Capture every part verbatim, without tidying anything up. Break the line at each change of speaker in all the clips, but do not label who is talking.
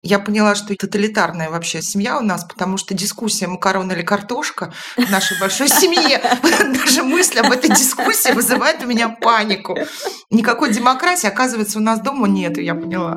Я поняла, что тоталитарная вообще семья у нас, потому что дискуссия макароны или картошка в нашей большой семье, даже мысль об этой дискуссии вызывает у меня панику. Никакой демократии, оказывается, у нас дома нет, я поняла.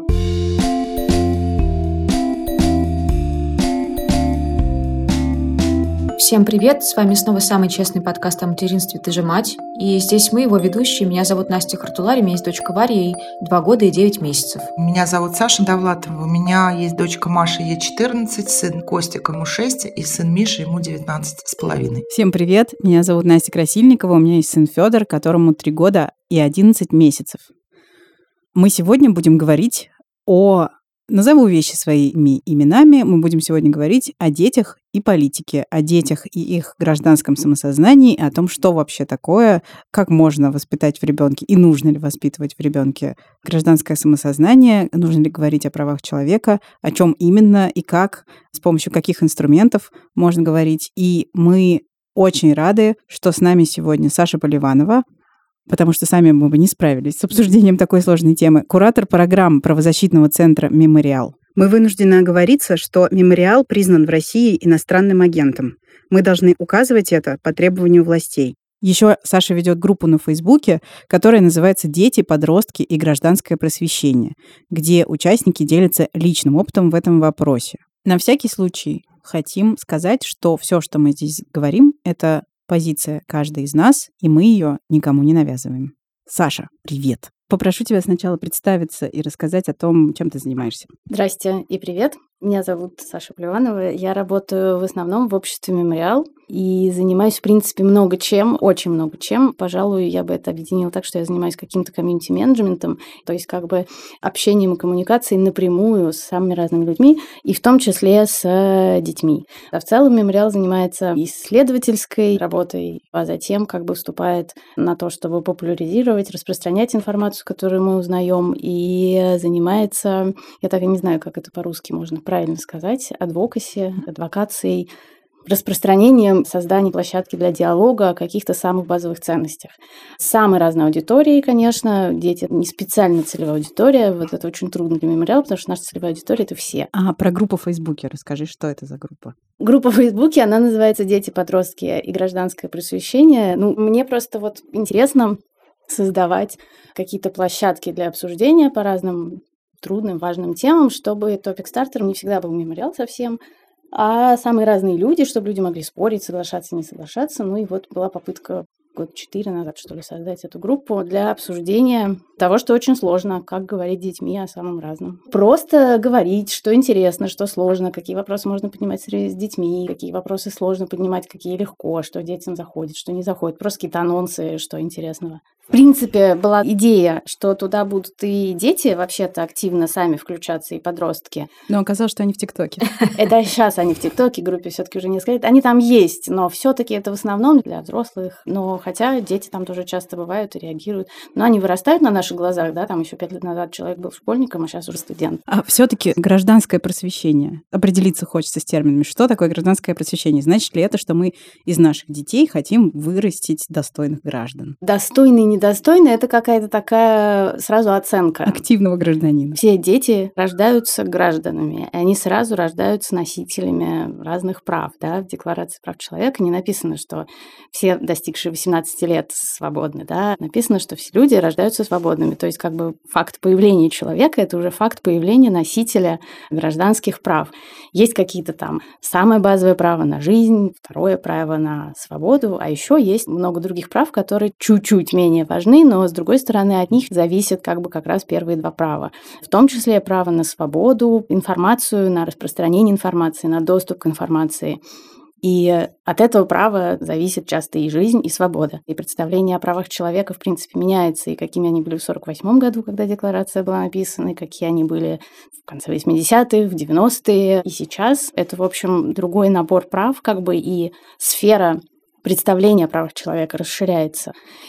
Всем привет! С вами снова самый честный подкаст о материнстве «Ты же мать». И здесь мы, его ведущие. Меня зовут Настя Хартулари, у меня есть дочка Варя, ей два года и девять месяцев.
Меня зовут Саша Довлатова, у меня есть дочка Маша, ей четырнадцать, сын Костик, ему шесть, и сын Миша, ему девятнадцать с половиной.
Всем привет! Меня зовут Настя Красильникова, у меня есть сын Федор, которому три года и одиннадцать месяцев. Мы сегодня будем говорить о... Назову вещи своими именами. Мы будем сегодня говорить о детях и политике, о детях и их гражданском самосознании, о том, что вообще такое, как можно воспитать в ребенке и нужно ли воспитывать в ребенке гражданское самосознание, нужно ли говорить о правах человека, о чем именно и как, с помощью каких инструментов можно говорить. И мы очень рады, что с нами сегодня Саша Поливанова, потому что сами мы бы не справились с обсуждением такой сложной темы, куратор программ правозащитного центра «Мемориал».
Мы вынуждены оговориться, что «Мемориал» признан в России иностранным агентом. Мы должны указывать это по требованию властей.
Еще Саша ведет группу на Фейсбуке, которая называется «Дети, подростки и гражданское просвещение», где участники делятся личным опытом в этом вопросе. На всякий случай хотим сказать, что все, что мы здесь говорим, это позиция каждой из нас, и мы ее никому не навязываем. Саша, привет. Попрошу тебя сначала представиться и рассказать о том, чем ты занимаешься.
Здрасте и привет. Меня зовут Саша Поливанова. Я работаю в основном в обществе «Мемориал» и занимаюсь, в принципе, много чем, очень много чем. Пожалуй, я бы это объединила так, что я занимаюсь каким-то комьюнити-менеджментом, то есть как бы общением и коммуникацией напрямую с самыми разными людьми, и в том числе с детьми. А в целом «Мемориал» занимается исследовательской работой, а затем как бы вступает на то, чтобы популяризировать, распространять информацию, которую мы узнаем, и занимается, я так и не знаю, как это по-русски можно правильно сказать, адвокаси, адвокацией, распространением, созданием площадки для диалога о каких-то самых базовых ценностях. Самой разной аудитории, конечно, дети не специально целевая аудитория, вот это очень трудно для «Мемориала», потому что наша целевая аудитория — это все.
А про группу в Фейсбуке расскажи, что это за группа?
Группа в Фейсбуке, она называется «Дети, подростки и гражданское просвещение». Ну, мне просто вот интересно создавать какие-то площадки для обсуждения по разным трудным, важным темам, чтобы топик-стартером не всегда был «Мемориал» совсем, а самые разные люди, чтобы люди могли спорить, соглашаться, не соглашаться. Ну и вот была попытка год четыре назад, что ли, создать эту группу для обсуждения того, что очень сложно, как говорить с детьми о самом разном. Просто говорить, что интересно, что сложно, какие вопросы можно поднимать с детьми, какие вопросы сложно поднимать, какие легко, что детям заходит, что не заходит. Просто какие-то анонсы, что интересного. В принципе, была идея, что туда будут и дети вообще-то активно сами включаться, и подростки.
Но оказалось, что они в ТикТоке.
Это сейчас они в ТикТоке, группе все-таки уже несколько лет. Они там есть, но все-таки это в основном для взрослых. Но хотя дети там тоже часто бывают и реагируют. Но они вырастают на наших глазах, да, там еще пять лет назад человек был школьником, а сейчас уже студент.
А все-таки гражданское просвещение. Определиться хочется с терминами. Что такое гражданское просвещение? Значит ли это, что мы из наших детей хотим вырастить достойных граждан?
Достойный недостойный — это какая-то такая сразу оценка.
Активного гражданина.
Все дети рождаются гражданами, и они сразу рождаются носителями разных прав. Да? В Декларации прав человека не написано, что все, достигшие восемнадцати лет, свободны. Да? Написано, что все люди рождаются свободными. То есть как бы факт появления человека — это уже факт появления носителя гражданских прав. Есть какие-то там самое базовое право на жизнь, второе право на свободу, а еще есть много других прав, которые чуть-чуть менее важны, но, с другой стороны, от них зависят как бы как раз первые два права. В том числе право на свободу, информацию, на распространение информации, на доступ к информации. И от этого права зависит часто и жизнь, и свобода. И представление о правах человека, в принципе, меняется, и какими они были в сорок восьмом году, когда декларация была написана, и какие они были в конце восьмидесятых, в девяностые. И сейчас это, в общем, другой набор прав, как бы, и сфера представления о правах человека расширяется.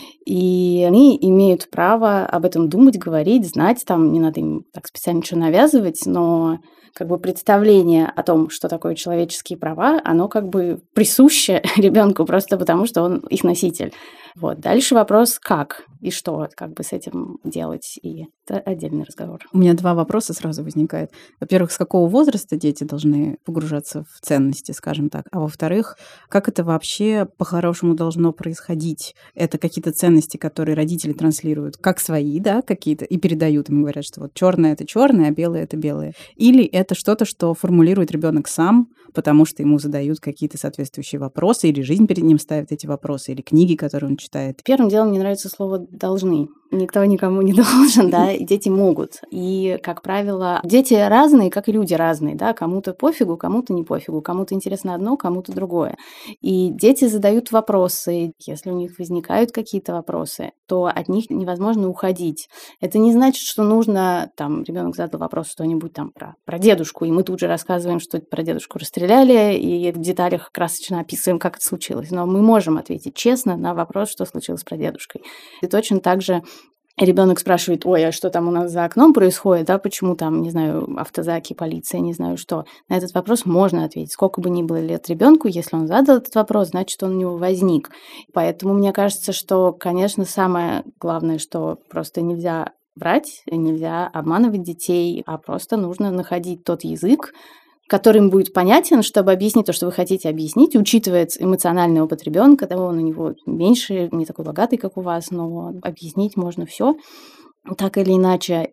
И они имеют право об этом думать, говорить, знать, там не надо им так специально ничего навязывать, но как бы представление о том, что такое человеческие права, оно как бы присуще ребенку просто потому, что он их носитель. Вот. Дальше вопрос, как и что как бы с этим делать, и это отдельный разговор.
У меня два вопроса сразу возникают. Во-первых, с какого возраста дети должны погружаться в ценности, скажем так? А во-вторых, как это вообще по-хорошему должно происходить? Это какие-то ценности, которые родители транслируют как свои, да, какие-то, и передают им, говорят, что вот черное это черное, а белое это белое. Или это что-то, что формулирует ребенок сам, потому что ему задают какие-то соответствующие вопросы, или жизнь перед ним ставит эти вопросы, или книги, которые он читает.
Первым делом мне нравится слово «должны». Никто никому не должен, да, и дети могут. И, как правило, дети разные, как и люди разные, да, кому-то пофигу, кому-то не пофигу, кому-то интересно одно, кому-то другое. И дети задают вопросы, если у них возникают какие-то вопросы, то от них невозможно уходить. Это не значит, что нужно, там, ребенок задал вопрос что-нибудь там про, про дедушку, и мы тут же рассказываем, что про дедушку расстреляли, и в деталях красочно описываем, как это случилось. Но мы можем ответить честно на вопрос, что случилось про дедушкой. И точно так же ребенок спрашивает: ой, а что там у нас за окном происходит, да, почему там, не знаю, автозаки, полиция, не знаю что. На этот вопрос можно ответить. Сколько бы ни было лет ребенку, если он задал этот вопрос, значит, он у него возник. Поэтому мне кажется, что, конечно, самое главное, что просто нельзя врать, нельзя обманывать детей, а просто нужно находить тот язык, который им будет понятен, чтобы объяснить то, что вы хотите объяснить, учитывая эмоциональный опыт ребенка, того он у него меньше, не такой богатый, как у вас, но объяснить можно все так или иначе.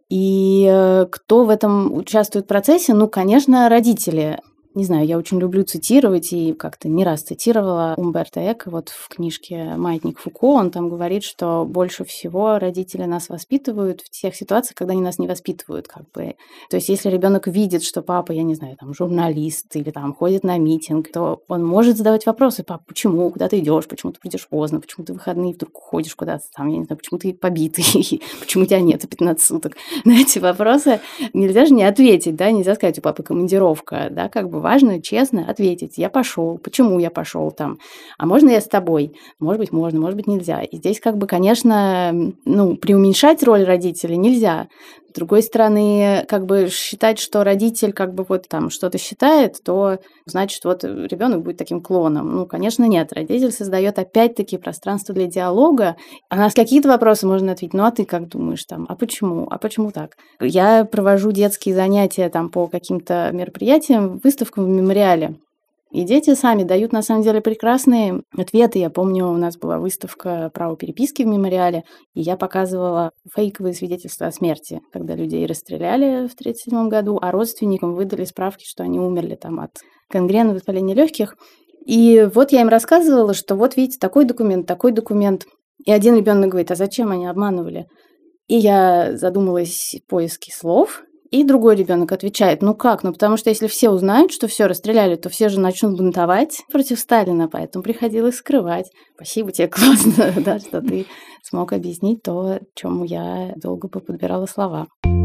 И кто в этом участвует в процессе? Ну, конечно, родители. Не знаю, я очень люблю цитировать и как-то не раз цитировала Умберто Эко вот в книжке «Маятник Фуко». Он там говорит, что больше всего родители нас воспитывают в тех ситуациях, когда они нас не воспитывают. Как бы. То есть если ребенок видит, что папа, я не знаю, там журналист или там ходит на митинг, то он может задавать вопросы: пап, почему, куда ты идешь, почему ты придешь поздно, почему ты в выходные вдруг уходишь куда-то там, я не знаю, почему ты побитый, почему тебя нет пятнадцать суток. На эти вопросы нельзя же не ответить, да, нельзя сказать: у папы командировка, да, как бы важно честно ответить: я пошел, почему я пошел там, а можно я с тобой? Может быть, можно, может быть, нельзя. И здесь как бы, конечно, ну, преуменьшать роль родителей нельзя. С другой стороны, как бы считать, что родитель как бы вот там что-то считает, то значит, вот ребенок будет таким клоном. Ну, конечно, нет. Родитель создает опять-таки пространство для диалога. А на какие-то вопросы можно ответить: ну, а ты как думаешь там? А почему? А почему так? Я провожу детские занятия там по каким-то мероприятиям, выставкам в мемориале. И дети сами дают, на самом деле, прекрасные ответы. Я помню, у нас была выставка «Право переписки» в мемориале, и я показывала фейковые свидетельства о смерти, когда людей расстреляли в тридцать седьмом году, а родственникам выдали справки, что они умерли там от гангрены, воспаления легких. И вот я им рассказывала, что вот видите, такой документ, такой документ. И один ребенок говорит: а зачем они обманывали? И я задумалась в поиске слов. И другой ребенок отвечает: ну как? Ну потому что если все узнают, что все расстреляли, то все же начнут бунтовать против Сталина, поэтому приходилось скрывать. Спасибо тебе, классно, да, что ты смог объяснить то, чему я долго подбирала слова.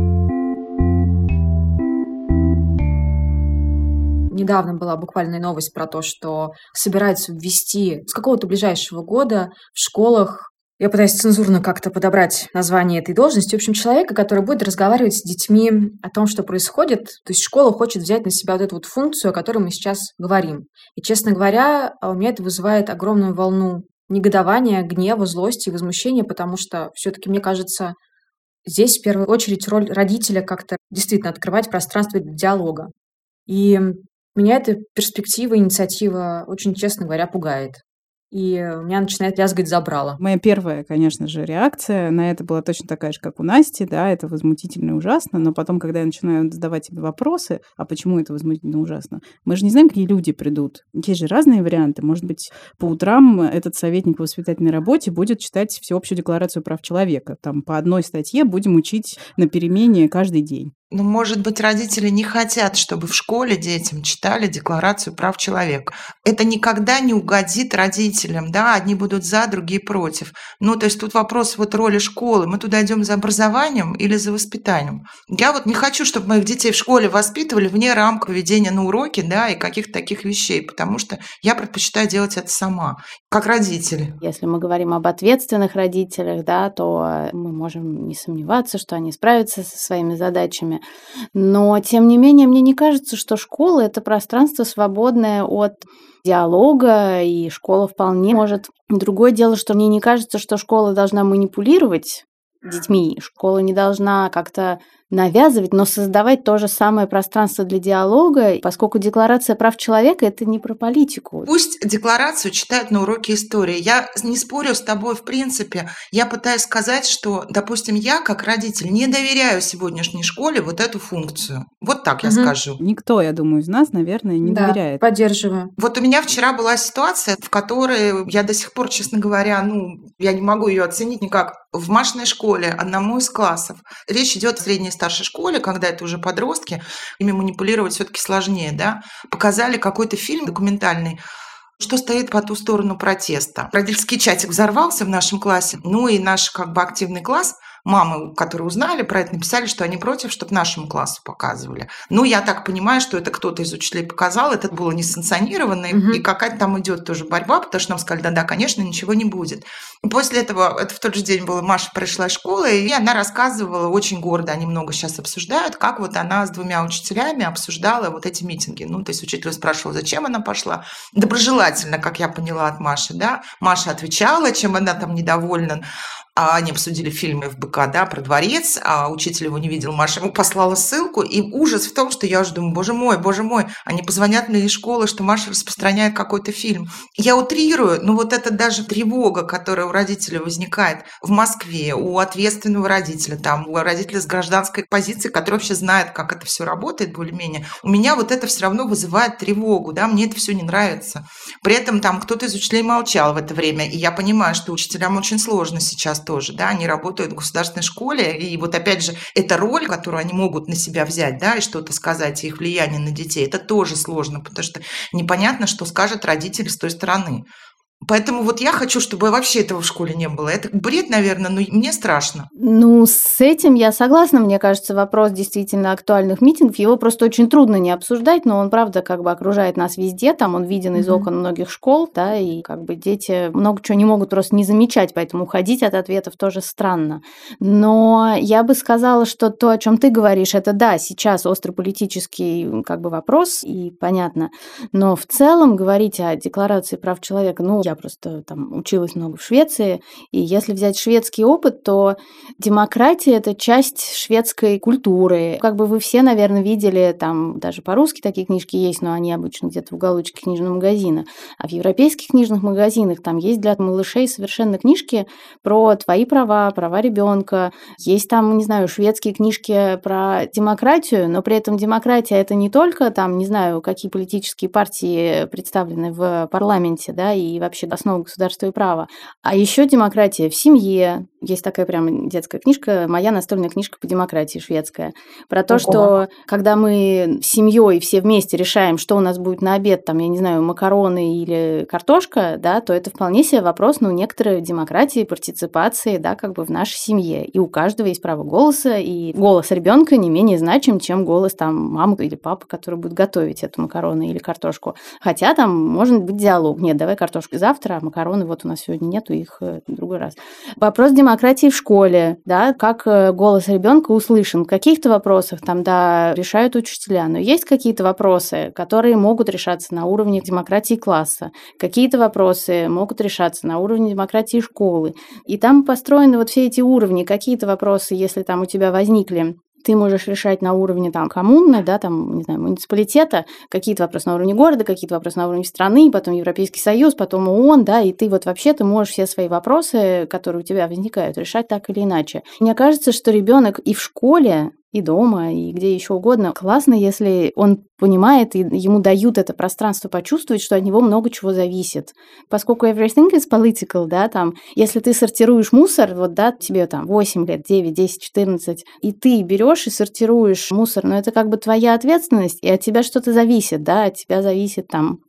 Недавно была буквально новость про то, что собираются ввести с какого-то ближайшего года в школах, я пытаюсь цензурно как-то подобрать название этой должности, в общем, человека, который будет разговаривать с детьми о том, что происходит. То есть школа хочет взять на себя вот эту вот функцию, о которой мы сейчас говорим. И, честно говоря, у меня это вызывает огромную волну негодования, гнева, злости и возмущения, потому что все-таки, мне кажется, здесь в первую очередь роль родителя как-то действительно открывать пространство для диалога. И меня эта перспектива, инициатива очень, честно говоря, пугает. И у меня начинает лязгать забрало.
Моя первая, конечно же, реакция на это была точно такая же, как у Насти, да, это возмутительно и ужасно, но потом, когда я начинаю задавать себе вопросы, а почему это возмутительно ужасно, мы же не знаем, какие люди придут. Есть же разные варианты. Может быть, по утрам этот советник по воспитательной работе будет читать Всеобщую декларацию прав человека. Там по одной статье будем учить на перемене каждый день.
Ну, может быть, родители не хотят, чтобы в школе детям читали Декларацию прав человека. Это никогда не угодит родителям, да, одни будут за, другие против. Ну, то есть тут вопрос вот роли школы. Мы туда идем за образованием или за воспитанием? Я вот не хочу, чтобы моих детей в школе воспитывали вне рамок поведения на уроке, да, и каких-то таких вещей, потому что я предпочитаю делать это сама, как родители.
Если мы говорим об ответственных родителях, да, то мы можем не сомневаться, что они справятся со своими задачами. родителями. Но, тем не менее, мне не кажется, что школа – это пространство, свободное от диалога, и школа вполне может. Другое дело, что мне не кажется, что школа должна манипулировать детьми, школа не должна как-то навязывать, но создавать то же самое пространство для диалога, поскольку Декларация прав человека – это не про политику.
Пусть декларацию читают на уроке истории. Я не спорю с тобой в принципе. Я пытаюсь сказать, что, допустим, я как родитель не доверяю сегодняшней школе вот эту функцию. Вот так я
Мгм.
скажу.
Никто, я думаю, из нас, наверное, не
Да,
доверяет.
поддерживаю.
Вот у меня вчера была ситуация, в которой я до сих пор, честно говоря, ну, я не могу ее оценить никак. В Машиной школе, одному из классов, речь идет о средней и старшей школе, когда это уже подростки, ими манипулировать все-таки сложнее, да, показали какой-то фильм документальный, что стоит по ту сторону протеста. Родительский чатик взорвался в нашем классе, ну и наш как бы активный класс, мамы, которые узнали про это, написали, что они против, чтобы нашему классу показывали. Ну, я так понимаю, что это кто-то из учителей показал, это было несанкционированно,
Мгм.
и какая-то там идет тоже борьба, потому что нам сказали, да-да, конечно, ничего не будет. И после этого, это в тот же день было, Маша пришла из школы, и она рассказывала очень гордо, они много сейчас обсуждают, как вот она с двумя учителями обсуждала вот эти митинги. Ну, то есть учитель спрашивал, зачем она пошла. Доброжелательно, как я поняла от Маши, да. Маша отвечала, чем она там недовольна. А они обсудили фильм эф бэ ка, да, про дворец, а учитель его не видел, Маша ему послала ссылку, и ужас в том, что я уже думаю, боже мой, боже мой, они позвонят мне из школы, что Маша распространяет какой-то фильм. Я утрирую, но вот это даже тревога, которая у родителей возникает в Москве, у ответственного родителя, там, у родителя с гражданской позиции, который вообще знает, как это все работает более-менее, у меня вот это все равно вызывает тревогу, да, мне это все не нравится. При этом там кто-то из учителей молчал в это время, и я понимаю, что учителям очень сложно сейчас тоже, да, они работают в государственной школе, и вот опять же, эта роль, которую они могут на себя взять, да, и что-то сказать, и их влияние на детей, это тоже сложно, потому что непонятно, что скажет родитель с той стороны. Поэтому вот я хочу, чтобы вообще этого в школе не было. Это бред, наверное, но мне страшно.
Ну, с этим я согласна. Мне кажется, вопрос действительно актуальных митингов, его просто очень трудно не обсуждать, но он, правда, как бы окружает нас везде, там он виден из
Мгм.
окон многих школ, да, и как бы дети много чего не могут просто не замечать, поэтому уходить от ответов тоже странно. Но я бы сказала, что то, о чем ты говоришь, это да, сейчас острополитический как бы вопрос, и понятно, но в целом говорить о Декларации прав человека, ну, я просто там училась много в Швеции, и если взять шведский опыт, то демократия – это часть шведской культуры. Как бы вы все, наверное, видели, там даже по-русски такие книжки есть, но они обычно где-то в уголочке книжного магазина. А в европейских книжных магазинах там есть для малышей совершенно книжки про твои права, права ребенка. Есть там, не знаю, шведские книжки про демократию, но при этом демократия – это не только там, не знаю, какие политические партии представлены в парламенте, да, и вообще основа государства и права. А еще демократия в семье. Есть такая прям детская книжка, моя настольная книжка по демократии шведская. Про то,
Ого.
что когда мы семьей все вместе решаем, что у нас будет на обед, там, я не знаю, макароны или картошка, да, то это вполне себе вопрос, ну, некоторой демократии, партиципации, да, как бы в нашей семье. И у каждого есть право голоса, и голос ребенка не менее значим, чем голос там мамы или папы, который будет готовить эту макароны или картошку. Хотя там может быть диалог. Нет, давай картошку завтра, а макароны вот у нас сегодня нету, их э, в другой раз. Вопрос демократии в школе, да, как э, голос ребенка услышан. В каких-то вопросах там, да, решают учителя, но есть какие-то вопросы, которые могут решаться на уровне демократии класса, какие-то вопросы могут решаться на уровне демократии школы. И там построены вот все эти уровни. Какие-то вопросы, если там у тебя возникли, ты можешь решать на уровне там коммуны, да, там, не знаю, муниципалитета, какие-то вопросы на уровне города, какие-то вопросы на уровне страны, потом Европейский Союз, потом ООН, да, и ты вот вообще ты можешь все свои вопросы, которые у тебя возникают, решать так или иначе. Мне кажется, что ребенок и в школе, и дома, и где еще угодно. Классно, если он понимает, и ему дают это пространство почувствовать, что от него много чего зависит. Поскольку everything is political, да, там, если ты сортируешь мусор, вот, да, тебе там восемь лет, девять, десять, четырнадцать, и ты берешь и сортируешь мусор, но это как бы твоя ответственность, и от тебя что-то зависит, да, от тебя зависит там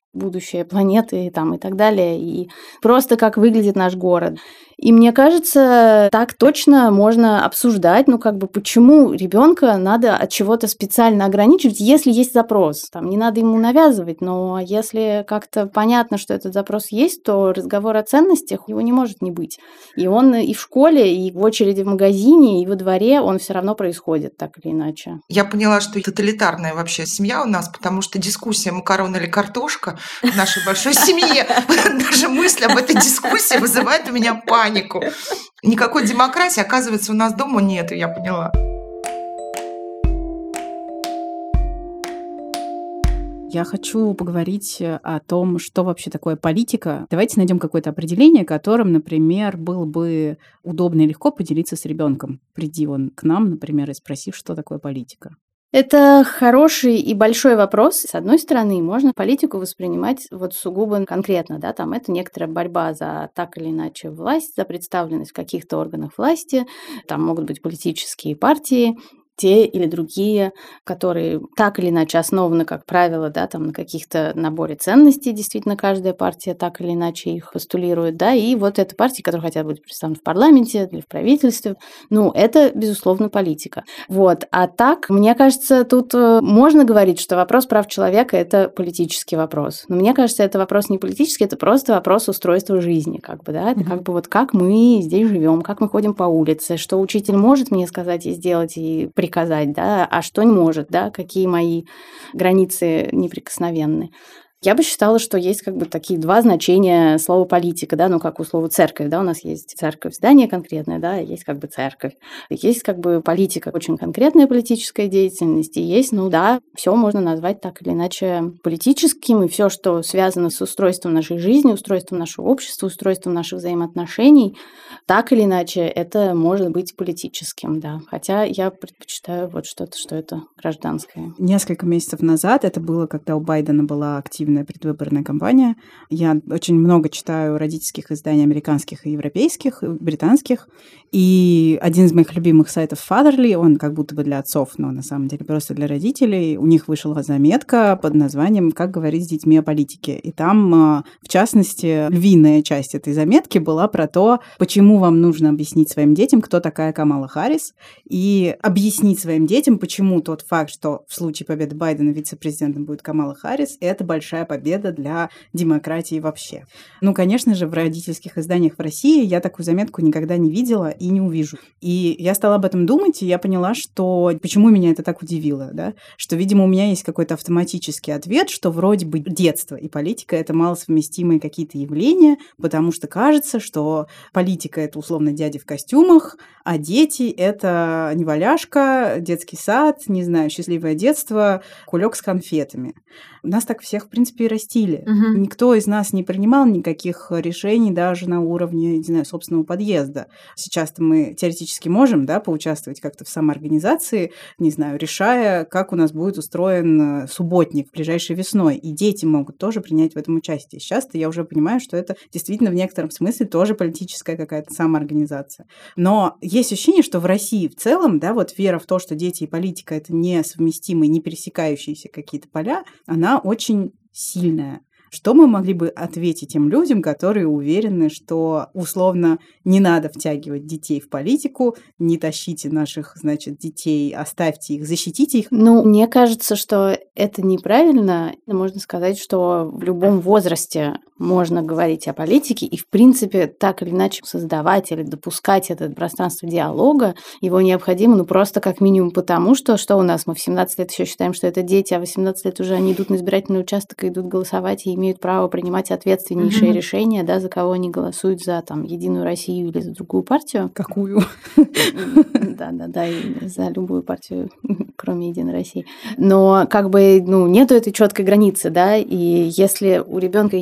будущее планеты там, и так далее, и просто как выглядит наш город. И мне кажется, так точно можно обсуждать, ну как бы почему ребенка надо от чего-то специально ограничивать, если есть запрос. Там не надо ему навязывать, но если как-то понятно, что этот запрос есть, то разговор о ценностях его не может не быть. И он и в школе, и в очереди в магазине, и во дворе он все равно происходит так или иначе.
Я поняла, что тоталитарная вообще семья у нас, потому что дискуссия макароны или картошка в нашей большой семье, даже мысль об этой дискуссии вызывает у меня панику. Никакой демократии, оказывается, у нас дома нет, я поняла.
Я хочу поговорить о том, что вообще такое политика. Давайте найдем какое-то определение, которым, например, было бы удобно и легко поделиться с ребенком. Приди он к нам, например, и спроси, что такое политика.
Это хороший и большой вопрос. С одной стороны, можно политику воспринимать вот сугубо конкретно, да, там это некоторая борьба за так или иначе власть, за представленность в каких-то органах власти, там могут быть политические партии, те или другие, которые так или иначе основаны, как правило, да, там на каких-то наборе ценностей, действительно, каждая партия так или иначе их постулирует, да, и вот эта партия, которые хотят быть представлены в парламенте или в правительстве, ну, это, безусловно, политика. Вот, а так, мне кажется, тут можно говорить, что вопрос прав человека – это политический вопрос, но мне кажется, это вопрос не политический, это просто вопрос устройства жизни, как бы, да, это как бы вот как мы здесь живем, как мы ходим по улице, что учитель может мне сказать и сделать, и приказать, да, а что не может, да, какие мои границы неприкосновенны. Я бы считала, что есть как бы такие два значения слова политика, да, ну как у слова церковь, да, у нас есть церковь, здание конкретное, да, есть как бы церковь, есть как бы политика, очень конкретная политическая деятельность, и есть, ну да, все можно назвать так или иначе политическим, и все, что связано с устройством нашей жизни, устройством нашего общества, устройством наших взаимоотношений, так или иначе это может быть политическим, да, хотя я предпочитаю вот что-то, что это гражданское.
Несколько месяцев назад, это было, когда у Байдена была активная предвыборная кампания. Я очень много читаю родительских изданий американских и европейских, и британских. И один из моих любимых сайтов Fatherly, он как будто бы для отцов, но на самом деле просто для родителей. У них вышла заметка под названием «Как говорить с детьми о политике». И там, в частности, львиная часть этой заметки была про то, почему вам нужно объяснить своим детям, кто такая Камала Харрис, и объяснить своим детям, почему тот факт, что в случае победы Байдена вице-президентом будет Камала Харрис, это большая победа для демократии вообще. Ну, конечно же, в родительских изданиях в России я такую заметку никогда не видела и не увижу. И я стала об этом думать, и я поняла, что почему меня это так удивило, да? Что, видимо, у меня есть какой-то автоматический ответ, что вроде бы детство и политика — это малосовместимые какие-то явления, потому что кажется, что политика — это условно дяди в костюмах, а дети — это неваляшка, детский сад, не знаю, счастливое детство, кулек с конфетами. Нас так всех, в принципе, и растили. Угу. Никто из нас не принимал никаких решений даже на уровне, не знаю, собственного подъезда. Сейчас-то мы теоретически можем, да, поучаствовать как-то в самоорганизации, не знаю, решая, как у нас будет устроен субботник ближайшей весной. И дети могут тоже принять в этом участие. Сейчас-то я уже понимаю, что это действительно в некотором смысле тоже политическая какая-то самоорганизация. Но есть ощущение, что в России в целом, да, вот вера в то, что дети и политика — это несовместимые, не пересекающиеся какие-то поля, она очень сильная. Что мы могли бы ответить тем людям, которые уверены, что условно не надо втягивать детей в политику, не тащите наших, значит, детей, оставьте их, защитите их?
Ну, мне кажется, что это неправильно. Можно сказать, что в любом возрасте можно говорить о политике и, в принципе, так или иначе создавать или допускать это пространство диалога. Его необходимо, ну, просто как минимум потому, что что у нас? Мы в семнадцать лет еще считаем, что это дети, а в восемнадцать лет уже они идут на избирательный участок и идут голосовать и имеют право принимать ответственнейшие mm-hmm. решения, да, за кого они голосуют, за там Единую Россию или за другую партию.
Какую?
Да-да-да, за любую партию, кроме Единой России. Но как бы, ну, нету этой четкой границы, да, и если у ребенка есть этот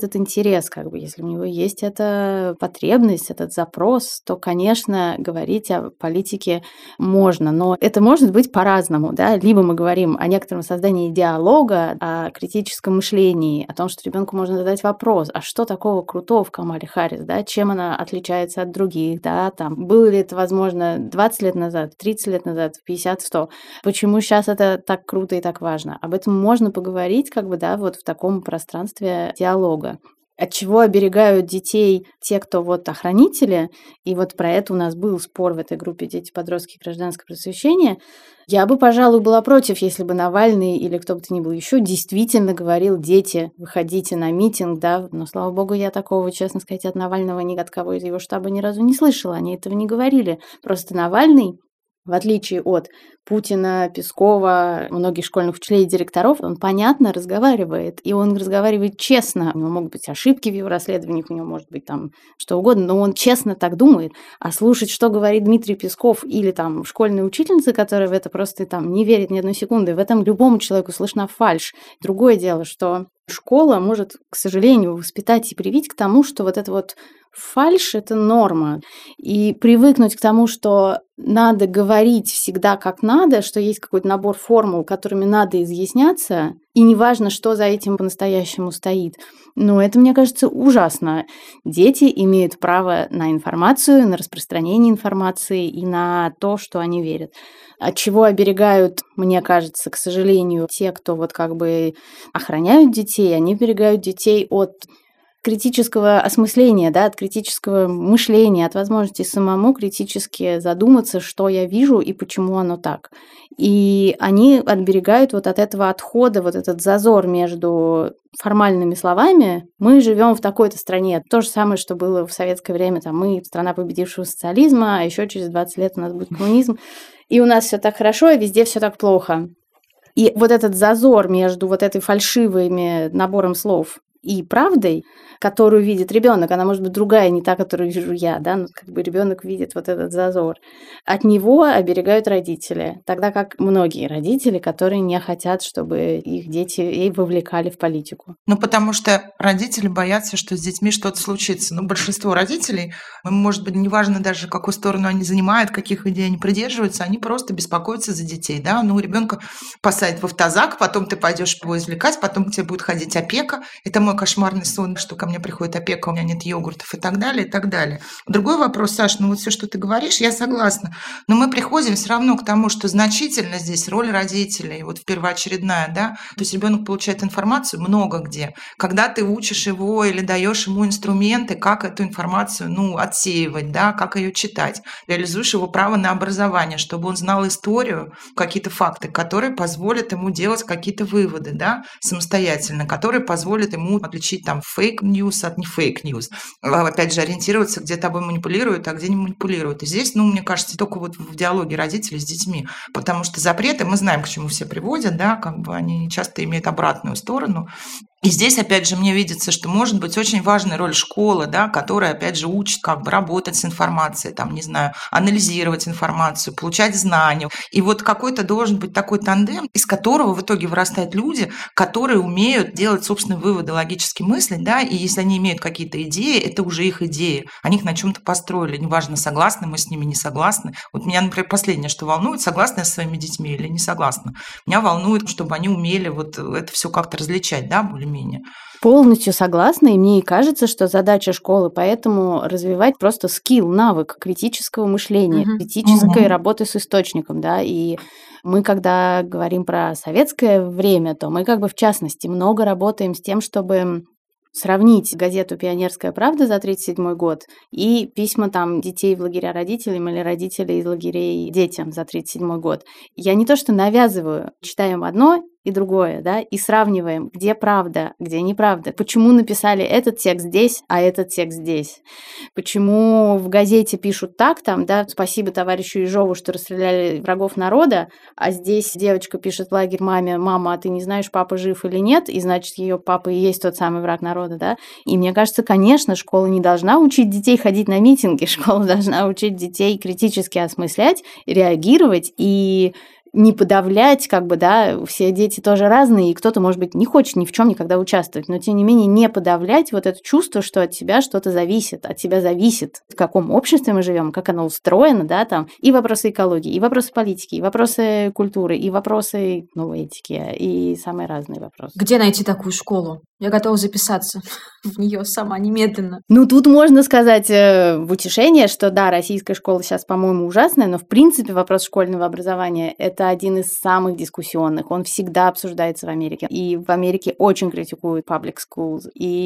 этот интерес, как бы, если у него есть эта потребность, этот запрос, то, конечно, говорить о политике можно, но это может быть по-разному, да, либо мы говорим о некотором создании диалога, о критическом мышлении, о том, что ребенку можно задать вопрос, а что такого крутого в Камале Харрис, да, чем она отличается от других, да, там, было ли это возможно двадцать лет назад, тридцать лет назад, пятьдесят, сто, почему сейчас это так круто и так важно. Об этом можно поговорить, как бы, да, вот в таком пространстве диалога. От чего оберегают детей те, кто вот охранители, и вот про это у нас был спор в этой группе «Дети, подростки, гражданское просвещение». Я бы, пожалуй, была против, если бы Навальный или кто бы то ни был еще действительно говорил: дети, выходите на митинг, да, но, слава богу, я такого, честно сказать, от Навального ни от кого из его штаба ни разу не слышала, они этого не говорили. Просто Навальный, в отличие от Путина, Пескова, многих школьных учителей и директоров, он понятно разговаривает, и он разговаривает честно. У него могут быть ошибки в его расследованиях, у него может быть там что угодно, но он честно так думает. А слушать, что говорит Дмитрий Песков или там школьная учительница, которая в это просто там не верит ни одной секунды, в этом любому человеку слышна фальшь. Другое дело, что школа может, к сожалению, воспитать и привить к тому, что вот это вот фальшь – это норма. И привыкнуть к тому, что надо говорить всегда как надо, что есть какой-то набор формул, которыми надо изъясняться, и неважно, что за этим по-настоящему стоит. Но это, мне кажется, ужасно. Дети имеют право на информацию, на распространение информации и на то, что они верят. От чего оберегают, мне кажется, к сожалению, те, кто вот как бы охраняют детей, они оберегают детей от критического осмысления, да, от критического мышления, от возможности самому критически задуматься, что я вижу и почему оно так. И они отберегают вот от этого отхода, вот этот зазор между формальными словами «мы живем в такой-то стране». То же самое, что было в советское время, там, мы страна победившего социализма, а еще через двадцать лет у нас будет коммунизм, и у нас все так хорошо, а везде все так плохо. И вот этот зазор между вот этой фальшивыми набором слов и правдой, которую видит ребенок, она может быть другая, не та, которую вижу я, да, но как бы ребенок видит вот этот зазор. От него оберегают родители, тогда как многие родители, которые не хотят, чтобы их дети и вовлекали в политику.
Ну, потому что родители боятся, что с детьми что-то случится. Ну, большинство родителей, может быть, неважно даже, какую сторону они занимают, каких идей они придерживаются, они просто беспокоятся за детей, да. Ну, ребенка посадят в автозак, потом ты пойдешь его извлекать, потом к тебе будет ходить опека. Это мой кошмарный сон, что ко мне приходит опека, у меня нет йогуртов и так далее, и так далее. Другой вопрос, Саш, ну вот все, что ты говоришь, я согласна. Но мы приходим все равно к тому, что значительно здесь роль родителей, вот первоочередная, да, то есть ребенок получает информацию много где. Когда ты учишь его или даешь ему инструменты, как эту информацию, ну, отсеивать, да, как ее читать, реализуешь его право на образование, чтобы он знал историю, какие-то факты, которые позволят ему делать какие-то выводы, да, самостоятельно, которые позволят ему отличить там фейк-ньюс от не фейк-ньюс. Опять же, ориентироваться, где тобой манипулируют, а где не манипулируют. И здесь, ну, мне кажется, только вот в диалоге родителей с детьми. Потому что запреты, мы знаем, к чему все приводят, да, как бы они часто имеют обратную сторону. И здесь, опять же, мне видится, что может быть очень важная роль школы, да, которая, опять же, учит как бы работать с информацией, там, не знаю, анализировать информацию, получать знания. И вот какой-то должен быть такой тандем, из которого в итоге вырастают люди, которые умеют делать собственные выводы, логически мыслить, да, и если они имеют какие-то идеи, это уже их идеи, они их на чем-то построили, неважно, согласны мы с ними, не согласны. Вот меня, например, последнее, что волнует, согласна я со своими детьми или не согласна. Меня волнует, чтобы они умели вот это все как-то различать, да, более менее.
Полностью согласна, и мне и кажется, что задача школы поэтому развивать просто скилл, навык критического мышления, uh-huh. критической uh-huh. работы с источником, да, и мы, когда говорим про советское время, то мы как бы в частности много работаем с тем, чтобы сравнить газету «Пионерская правда» за тридцать седьмой год и письма там детей в лагеря родителям или родителей из лагерей детям за тридцать седьмой год. Я не то что навязываю, читаем одно и другое, да, и сравниваем, где правда, где неправда. Почему написали этот текст здесь, а этот текст здесь? Почему в газете пишут так, там, да, спасибо товарищу Ежову, что расстреляли врагов народа, а здесь девочка пишет в лагерь маме: мама, а ты не знаешь, папа жив или нет, и значит, ее папа и есть тот самый враг народа, да? И мне кажется, конечно, школа не должна учить детей ходить на митинги, школа должна учить детей критически осмыслять, реагировать и не подавлять, как бы, да, все дети тоже разные, и кто-то, может быть, не хочет ни в чем никогда участвовать, но, тем не менее, не подавлять вот это чувство, что от тебя что-то зависит, от тебя зависит, в каком обществе мы живем, как оно устроено, да, там, и вопросы экологии, и вопросы политики, и вопросы культуры, и вопросы, ну, этики, и самые разные вопросы.
Где найти такую школу? Я готова записаться в нее сама немедленно.
Ну, тут можно сказать э, в утешение, что да, российская школа сейчас, по-моему, ужасная, но, в принципе, вопрос школьного образования – это один из самых дискуссионных. Он всегда обсуждается в Америке. И в Америке очень критикуют public schools.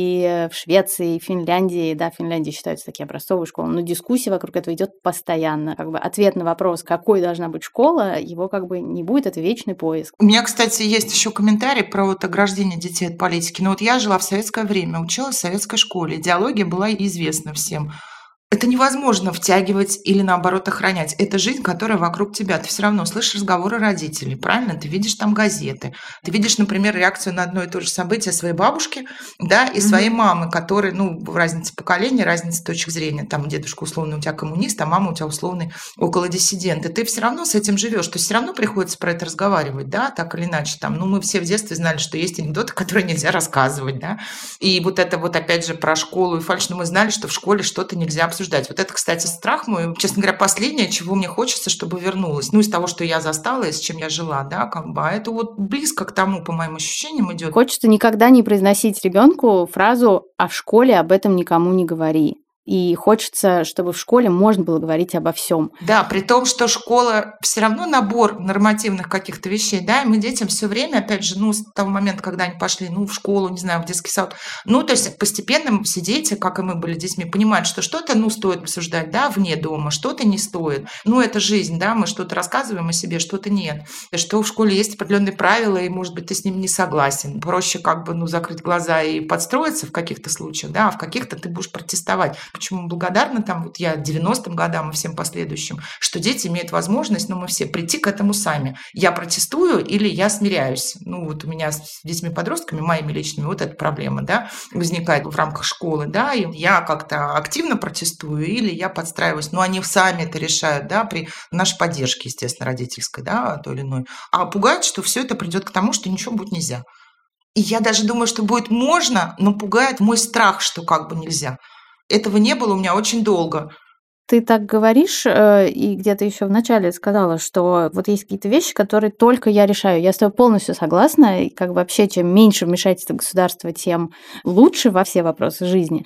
И в Швеции, и в Финляндии, да, Финляндия считается такие образцовые школы, но дискуссия вокруг этого идет постоянно. Как бы ответ на вопрос, какой должна быть школа, его как бы не будет, это вечный поиск.
У меня, кстати, есть еще комментарий про вот ограждение детей от политики. Но вот я жила в советское время, училась в советской школе. Идеология была известна всем. Это невозможно втягивать или, наоборот, охранять. Это жизнь, которая вокруг тебя. Ты все равно слышишь разговоры родителей, правильно? Ты видишь там газеты. Ты видишь, например, реакцию на одно и то же событие своей бабушки, да, и своей mm-hmm. мамы, которые, ну, разница поколения, разница точек зрения. Там дедушка условно у тебя коммунист, а мама у тебя условный около диссидент. И ты все равно с этим живешь. То есть все равно приходится про это разговаривать, да, так или иначе. Там, ну, мы все в детстве знали, что есть анекдоты, которые нельзя рассказывать, да. И вот это вот опять же про школу и фальшь, но мы знали, что в школе что-то нельзя обсуждать. Вот это, кстати, страх мой, честно говоря, последнее, чего мне хочется, чтобы вернулось. Ну, из того, что я застала, и с чем я жила, да, как бы. А это вот близко к тому, по моим ощущениям, идет.
Хочется никогда не произносить ребенку фразу «а в школе об этом никому не говори». И хочется, чтобы в школе можно было говорить обо всем.
Да, при том, что школа все равно набор нормативных каких-то вещей, да, и мы детям все время, опять же, ну, с того момента, когда они пошли, ну, в школу, не знаю, в детский сад, ну, то есть постепенно все дети, как и мы были детьми, понимают, что что-то, ну, стоит обсуждать, да, вне дома, что-то не стоит. Ну, это жизнь, да, мы что-то рассказываем о себе, что-то нет. И что в школе есть определенные правила, и, может быть, ты с ними не согласен. Проще как бы, ну, закрыть глаза и подстроиться в каких-то случаях, да, а в каких-то ты будешь протестовать. Почему благодарна там, вот я девяностым годам и всем последующим, что дети имеют возможность, ну, мы все, прийти к этому сами. Я протестую или я смиряюсь. Ну, вот у меня с детьми-подростками, моими личными, вот эта проблема, да, возникает в рамках школы, да, и я как-то активно протестую или я подстраиваюсь. Но они сами это решают, да, при нашей поддержке, естественно, родительской, да, той или иной. А пугают, что все это придет к тому, что ничего будет нельзя. И я даже думаю, что будет можно, но пугает мой страх, что как бы нельзя. Этого не было у меня очень долго.
Ты так говоришь, и где-то еще вначале сказала, что вот есть какие-то вещи, которые только я решаю. Я с тобой полностью согласна. И как бы вообще, чем меньше вмешательства государства, тем лучше во все вопросы жизни.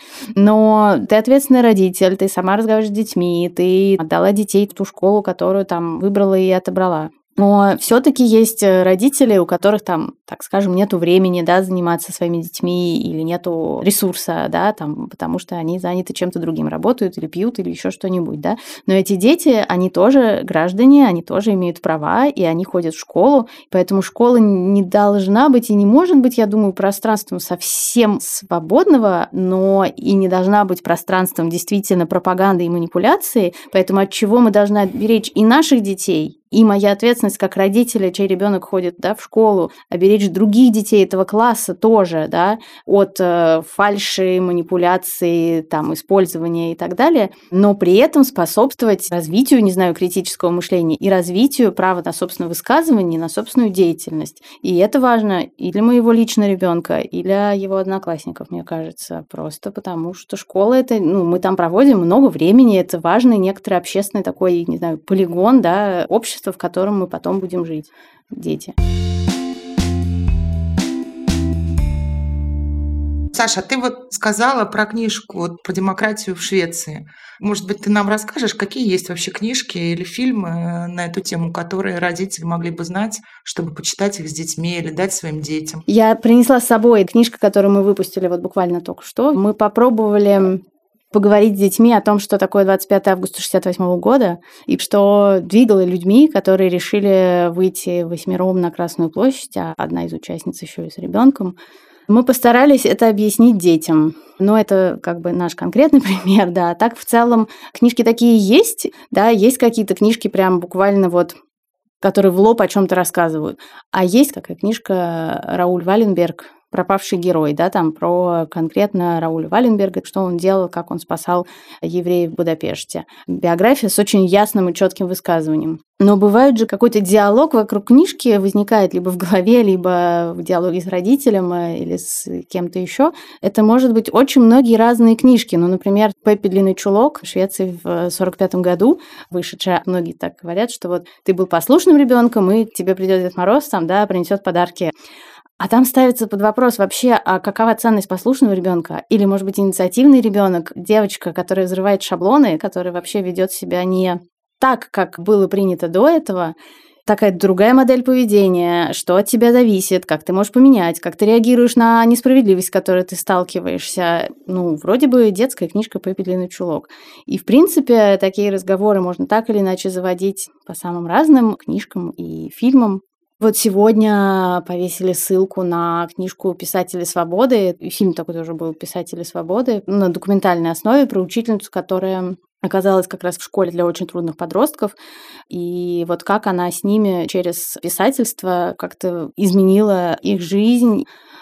Но ты ответственный родитель, ты сама разговариваешь с детьми, ты отдала детей в ту школу, которую там выбрала и отобрала. Но все-таки есть родители, у которых там, так скажем, нету времени, да, заниматься своими детьми или нету ресурса, да, там, потому что они заняты чем-то другим, работают или пьют или еще что-нибудь, да. Но эти дети, они тоже граждане, они тоже имеют права, и они ходят в школу, поэтому школа не должна быть и не может быть, я думаю, пространством совсем свободного, но и не должна быть пространством действительно пропаганды и манипуляции, поэтому от чего мы должны беречь и наших детей, и моя ответственность как родителя, чей ребенок ходит, да, в школу, оберечь других детей этого класса тоже, да, от э, фальши, манипуляции, там, использования и так далее, но при этом способствовать развитию, не знаю, критического мышления и развитию права на собственное высказывание, на собственную деятельность. И это важно и для моего личного ребенка, и для его одноклассников, мне кажется, просто потому что школа это, ну, мы там проводим много времени, это важный некоторый общественный такой, не знаю, полигон, да, общество, в котором мы потом будем жить, дети.
Саша, ты вот сказала про книжку, вот, про демократию в Швеции. Может быть, ты нам расскажешь, какие есть вообще книжки или фильмы на эту тему, которые родители могли бы знать, чтобы почитать их с детьми или дать своим детям?
Я принесла с собой книжку, которую мы выпустили вот буквально только что. Мы попробовали поговорить с детьми о том, что такое двадцать пятое августа шестьдесят восьмого года, и что двигало людьми, которые решили выйти восьмером на Красную площадь, а одна из участниц еще и с ребенком. Мы постарались это объяснить детям. Но это как бы наш конкретный пример, да. Так в целом книжки такие есть, да, есть какие-то книжки прям буквально вот, которые в лоб о чем-то рассказывают. А есть такая книжка Рауль Валенберг пропавший герой, да, там про конкретно Рауля Валенберга, что он делал, как он спасал евреев в Будапеште. Биография с очень ясным и четким высказыванием. Но бывает же какой-то диалог вокруг книжки возникает либо в голове, либо в диалоге с родителем или с кем-то еще. Это может быть очень многие разные книжки. Ну, например, «Пеппи длинный чулок» в Швеции в сорок пятом году вышедшая. Многие так говорят, что вот ты был послушным ребенком, и тебе придет Дед Мороз, там, да, принесет подарки. А там ставится под вопрос вообще, а какова ценность послушного ребенка? Или, может быть, инициативный ребенок, девочка, которая взрывает шаблоны, которая вообще ведет себя не так, как было принято до этого, такая другая модель поведения, что от тебя зависит, как ты можешь поменять, как ты реагируешь на несправедливость, с которой ты сталкиваешься. Ну, вроде бы детская книжка «Пеппи длинный чулок». И, в принципе, такие разговоры можно так или иначе заводить по самым разным книжкам и фильмам. Вот сегодня повесили ссылку на книжку «Писатели свободы». Фильм такой тоже был «Писатели свободы» на документальной основе про учительницу, которая оказалась как раз в школе для очень трудных подростков. И вот как она с ними через писательство как-то изменила их жизнь.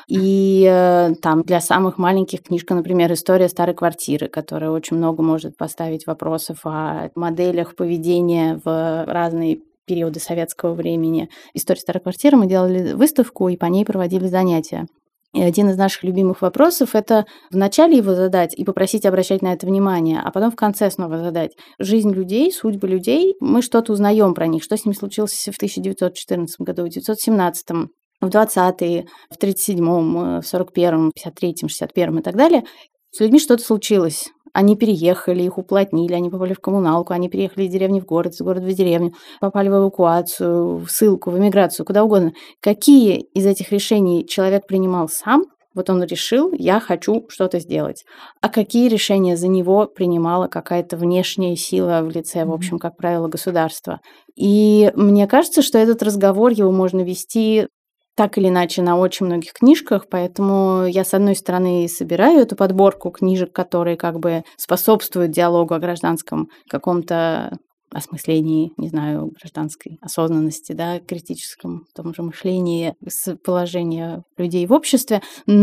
И э, там для самых маленьких книжка, например, «История старой квартиры», которая очень много может поставить вопросов о моделях поведения в разные периоды советского времени. «История старой квартиры» мы делали выставку и по ней проводили занятия. И один из наших любимых вопросов – это вначале его задать и попросить обращать на это внимание, а потом в конце снова задать. Жизнь людей, судьбы людей, мы что-то узнаем про них, что с ними случилось в тысяча девятьсот четырнадцатом году, в девятьсот семнадцатом, в двадцатые, в тридцать седьмом, в сорок первом, пятьдесят третьем, шестьдесят первом и так далее. С людьми что-то случилось. Они переехали, их уплотнили, они попали в коммуналку, они переехали из деревни в город, из города в деревню, попали в эвакуацию, в ссылку, в эмиграцию, куда угодно. Какие из этих решений человек принимал сам? Вот он решил, я хочу что-то сделать. А какие решения за него принимала какая-то внешняя сила в лице, в общем, как правило, государства? И мне кажется, что этот разговор, его можно вести так или иначе на очень многих книжках, поэтому я, с одной стороны, собираю эту подборку книжек, которые как бы способствуют диалогу о гражданском каком-то осмыслении, не знаю, гражданской осознанности, да, критическом том же мышлении с положения людей в обществе,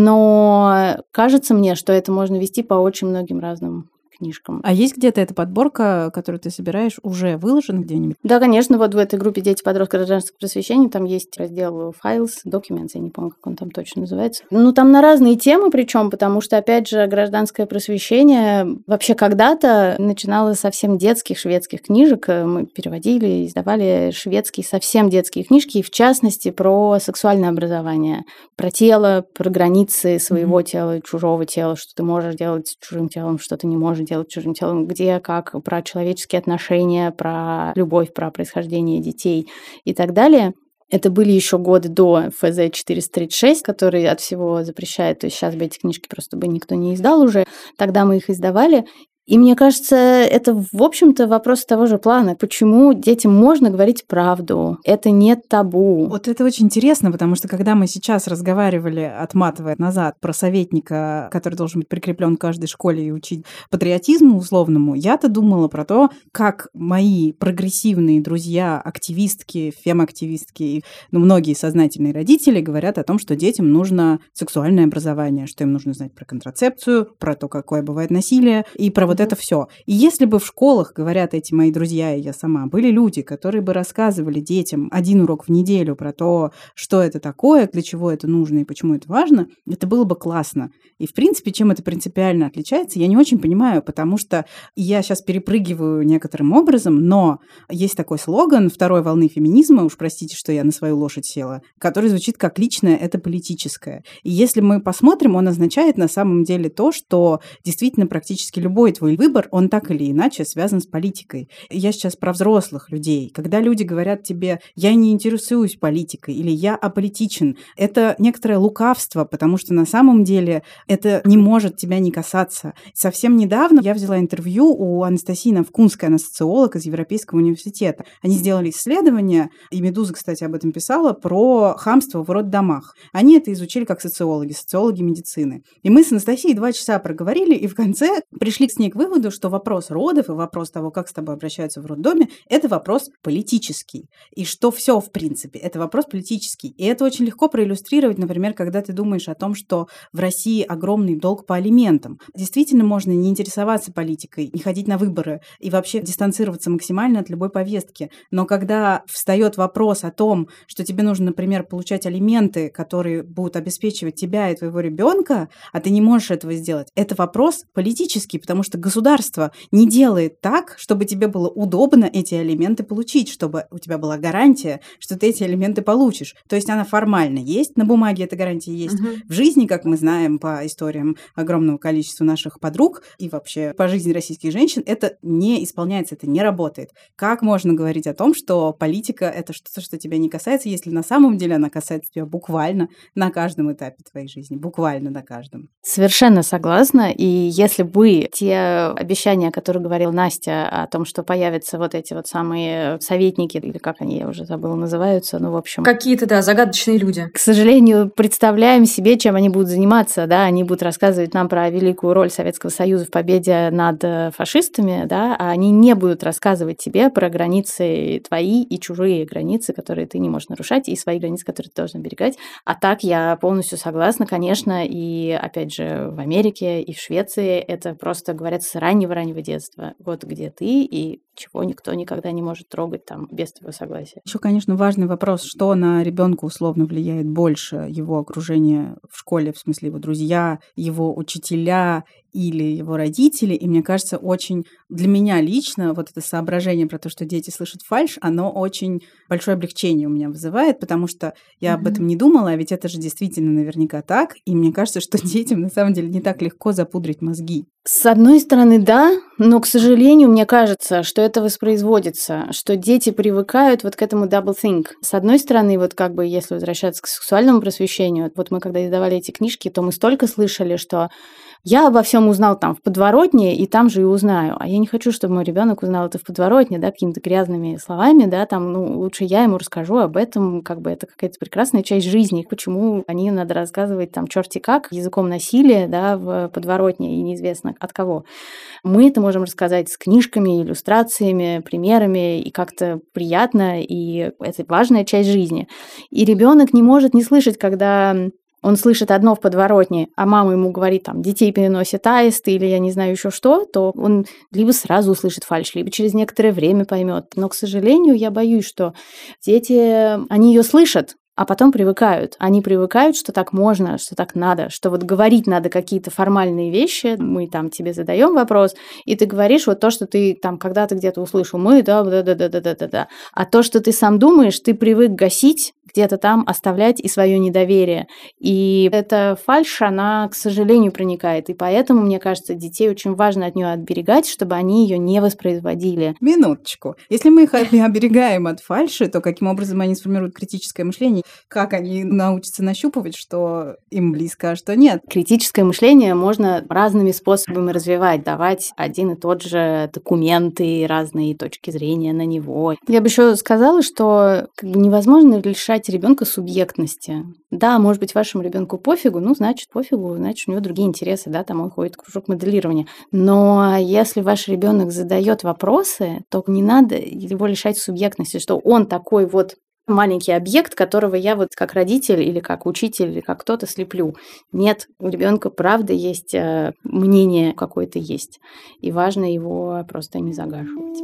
но кажется мне, что это можно вести по очень многим разным книжкам.
А есть где-то эта подборка, которую ты собираешь, уже выложена где-нибудь?
Да, конечно, вот в этой группе «Дети, подростки, гражданское просвещение» там есть раздел Files, Documents, я не помню, как он там точно называется. Ну, там на разные темы причем, потому что, опять же, гражданское просвещение вообще когда-то начинало с совсем детских шведских книжек. Мы переводили, издавали шведские совсем детские книжки, и в частности про сексуальное образование, про тело, про границы своего mm-hmm. тела, чужого тела, что ты можешь делать с чужим телом, что ты не можешь делать чужим телом, где, как, про человеческие отношения, про любовь, про происхождение детей и так далее. Это были еще годы до эф зэ четыреста тридцать шесть, который от всего запрещает. То есть сейчас бы эти книжки просто бы никто не издал уже. Тогда мы их издавали. И мне кажется, это, в общем-то, вопрос того же плана. Почему детям можно говорить правду? Это не табу.
Вот это очень интересно, потому что когда мы сейчас разговаривали, отматывая назад, про советника, который должен быть прикреплен к каждой школе и учить патриотизму условному, я-то думала про то, как мои прогрессивные друзья, активистки, фем-активистки, ну, многие сознательные родители говорят о том, что детям нужно сексуальное образование, что им нужно знать про контрацепцию, про то, какое бывает насилие, и про вот это все. И если бы в школах, говорят эти мои друзья и я сама, были люди, которые бы рассказывали детям один урок в неделю про то, что это такое, для чего это нужно и почему это важно, это было бы классно. И, в принципе, чем это принципиально отличается, я не очень понимаю, потому что я сейчас перепрыгиваю некоторым образом, но есть такой слоган второй волны феминизма, уж простите, что я на свою лошадь села, который звучит как «личное – это политическое». И если мы посмотрим, он означает на самом деле то, что действительно практически любой твой выбор, он так или иначе связан с политикой. Я сейчас про взрослых людей. Когда люди говорят тебе «я не интересуюсь политикой» или «я аполитичен», это некоторое лукавство, потому что на самом деле это не может тебя не касаться. Совсем недавно я взяла интервью у Анастасии Навкунской, она социолог из Европейского университета. Они сделали исследование, и «Медуза», кстати, об этом писала, про хамство в роддомах. Они это изучили как социологи, социологи медицины. И мы с Анастасией два часа проговорили, и в конце пришли с ней к выводу, что вопрос родов и вопрос того, как с тобой обращаются в роддоме, это вопрос политический. И что все, в принципе, это вопрос политический. И это очень легко проиллюстрировать, например, когда ты думаешь о том, что в России огромный долг по алиментам. Действительно, можно не интересоваться политикой, не ходить на выборы и вообще дистанцироваться максимально от любой повестки. Но когда встает вопрос о том, что тебе нужно, например, получать алименты, которые будут обеспечивать тебя и твоего ребенка, а ты не можешь этого сделать, это вопрос политический, потому что государство не делает так, чтобы тебе было удобно эти алименты получить, чтобы у тебя была гарантия, что ты эти алименты получишь. То есть она формально есть, на бумаге эта гарантия есть. Угу. В жизни, как мы знаем по историям огромного количества наших подруг и вообще по жизни российских женщин, это не исполняется, это не работает. Как можно говорить о том, что политика — это что-то, что тебя не касается, если на самом деле она касается тебя буквально на каждом этапе твоей жизни, буквально на каждом?
Совершенно согласна. И если бы те обещания, о которых говорила Настя, о том, что появятся вот эти вот самые советники, или как они, я уже забыла, называются, ну, в общем...
Какие-то, да, загадочные люди.
К сожалению, представляем себе, чем они будут заниматься, да, они будут рассказывать нам про великую роль Советского Союза в победе над фашистами, да, а они не будут рассказывать тебе про границы твои и чужие границы, которые ты не можешь нарушать, и свои границы, которые ты должен оберегать. А так я полностью согласна, конечно, и, опять же, в Америке и в Швеции это просто говорят с раннего-раннего детства. Вот где ты и чего никто никогда не может трогать там без твоего согласия.
Еще, конечно, важный вопрос, что на ребенка условно влияет больше: его окружение в школе, в смысле его друзья, его учителя или его родители. И мне кажется, очень для меня лично вот это соображение про то, что дети слышат фальшь, оно очень большое облегчение у меня вызывает, потому что я mm-hmm. об этом не думала, а ведь это же действительно наверняка так. И мне кажется, что детям на самом деле не так легко запудрить мозги.
С одной стороны, да, но, к сожалению, мне кажется, что это воспроизводится, что дети привыкают вот к этому double think. С одной стороны, вот как бы если возвращаться к сексуальному просвещению, вот мы когда издавали эти книжки, то мы столько слышали, что я обо всем узнал там в подворотне, и там же и узнаю. А я не хочу, чтобы мой ребенок узнал это в подворотне, да, какими-то грязными словами, да, там, ну, лучше я ему расскажу об этом, как бы это какая-то прекрасная часть жизни, почему о ней надо рассказывать там черти как, языком насилия, да, в подворотне, и неизвестно от кого. Мы это можем рассказать с книжками, иллюстрациями, примерами, и как-то приятно, и это важная часть жизни. И ребенок не может не слышать, когда он слышит одно в подворотне, а мама ему говорит, там, детей переносит аист или я не знаю еще что, то он либо сразу услышит фальшь, либо через некоторое время поймет. Но, к сожалению, я боюсь, что дети, они ее слышат, а потом привыкают. Они привыкают, что так можно, что так надо, что вот говорить надо какие-то формальные вещи, мы там тебе задаем вопрос, и ты говоришь вот то, что ты там когда-то где-то услышал, мы, да, да, да, да, да, да, да. А то, что ты сам думаешь, ты привык гасить, где-то там оставлять и свое недоверие. И эта фальшь, она, к сожалению, проникает. И поэтому, мне кажется, детей очень важно от нее отберегать, чтобы они ее не воспроизводили.
Минуточку. Если мы их оберегаем от фальши, то каким образом они сформируют критическое мышление? Как они научатся нащупывать, что им близко, а что нет?
Критическое мышление можно разными способами развивать, давать один и тот же документ и разные точки зрения на него. Я бы еще сказала, что как бы невозможно лишать ребенка субъектности. Да, может быть, вашему ребенку пофигу, ну, значит, пофигу, значит, у него другие интересы, да, там он ходит в кружок моделирования. Но если ваш ребенок задает вопросы, то не надо его лишать субъектности, что он такой вот маленький объект, которого я вот как родитель или как учитель или как кто-то слеплю. Нет, у ребенка правда есть мнение какое-то есть, и важно его просто не загаживать.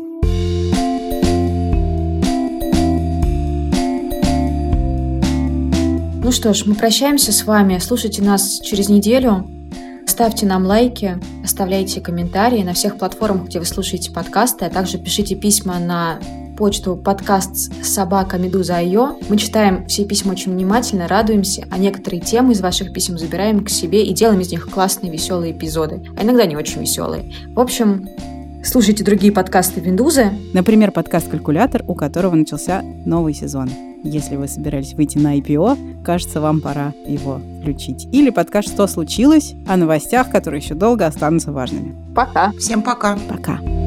Ну что ж, мы прощаемся с вами. Слушайте нас через неделю. Ставьте нам лайки, оставляйте комментарии на всех платформах, где вы слушаете подкасты, а также пишите письма на почту подкаст собака медуза точка ай о. Мы читаем все письма очень внимательно, радуемся, а некоторые темы из ваших писем забираем к себе и делаем из них классные, веселые эпизоды, а иногда не очень веселые. В общем, слушайте другие подкасты Виндузы.
Например, подкаст «Калькулятор», у которого начался новый сезон. Если вы собирались выйти на ай пи о, кажется, вам пора его включить. Или подкаст «Что случилось?» о новостях, которые еще долго останутся важными.
Пока. Всем пока.
Пока.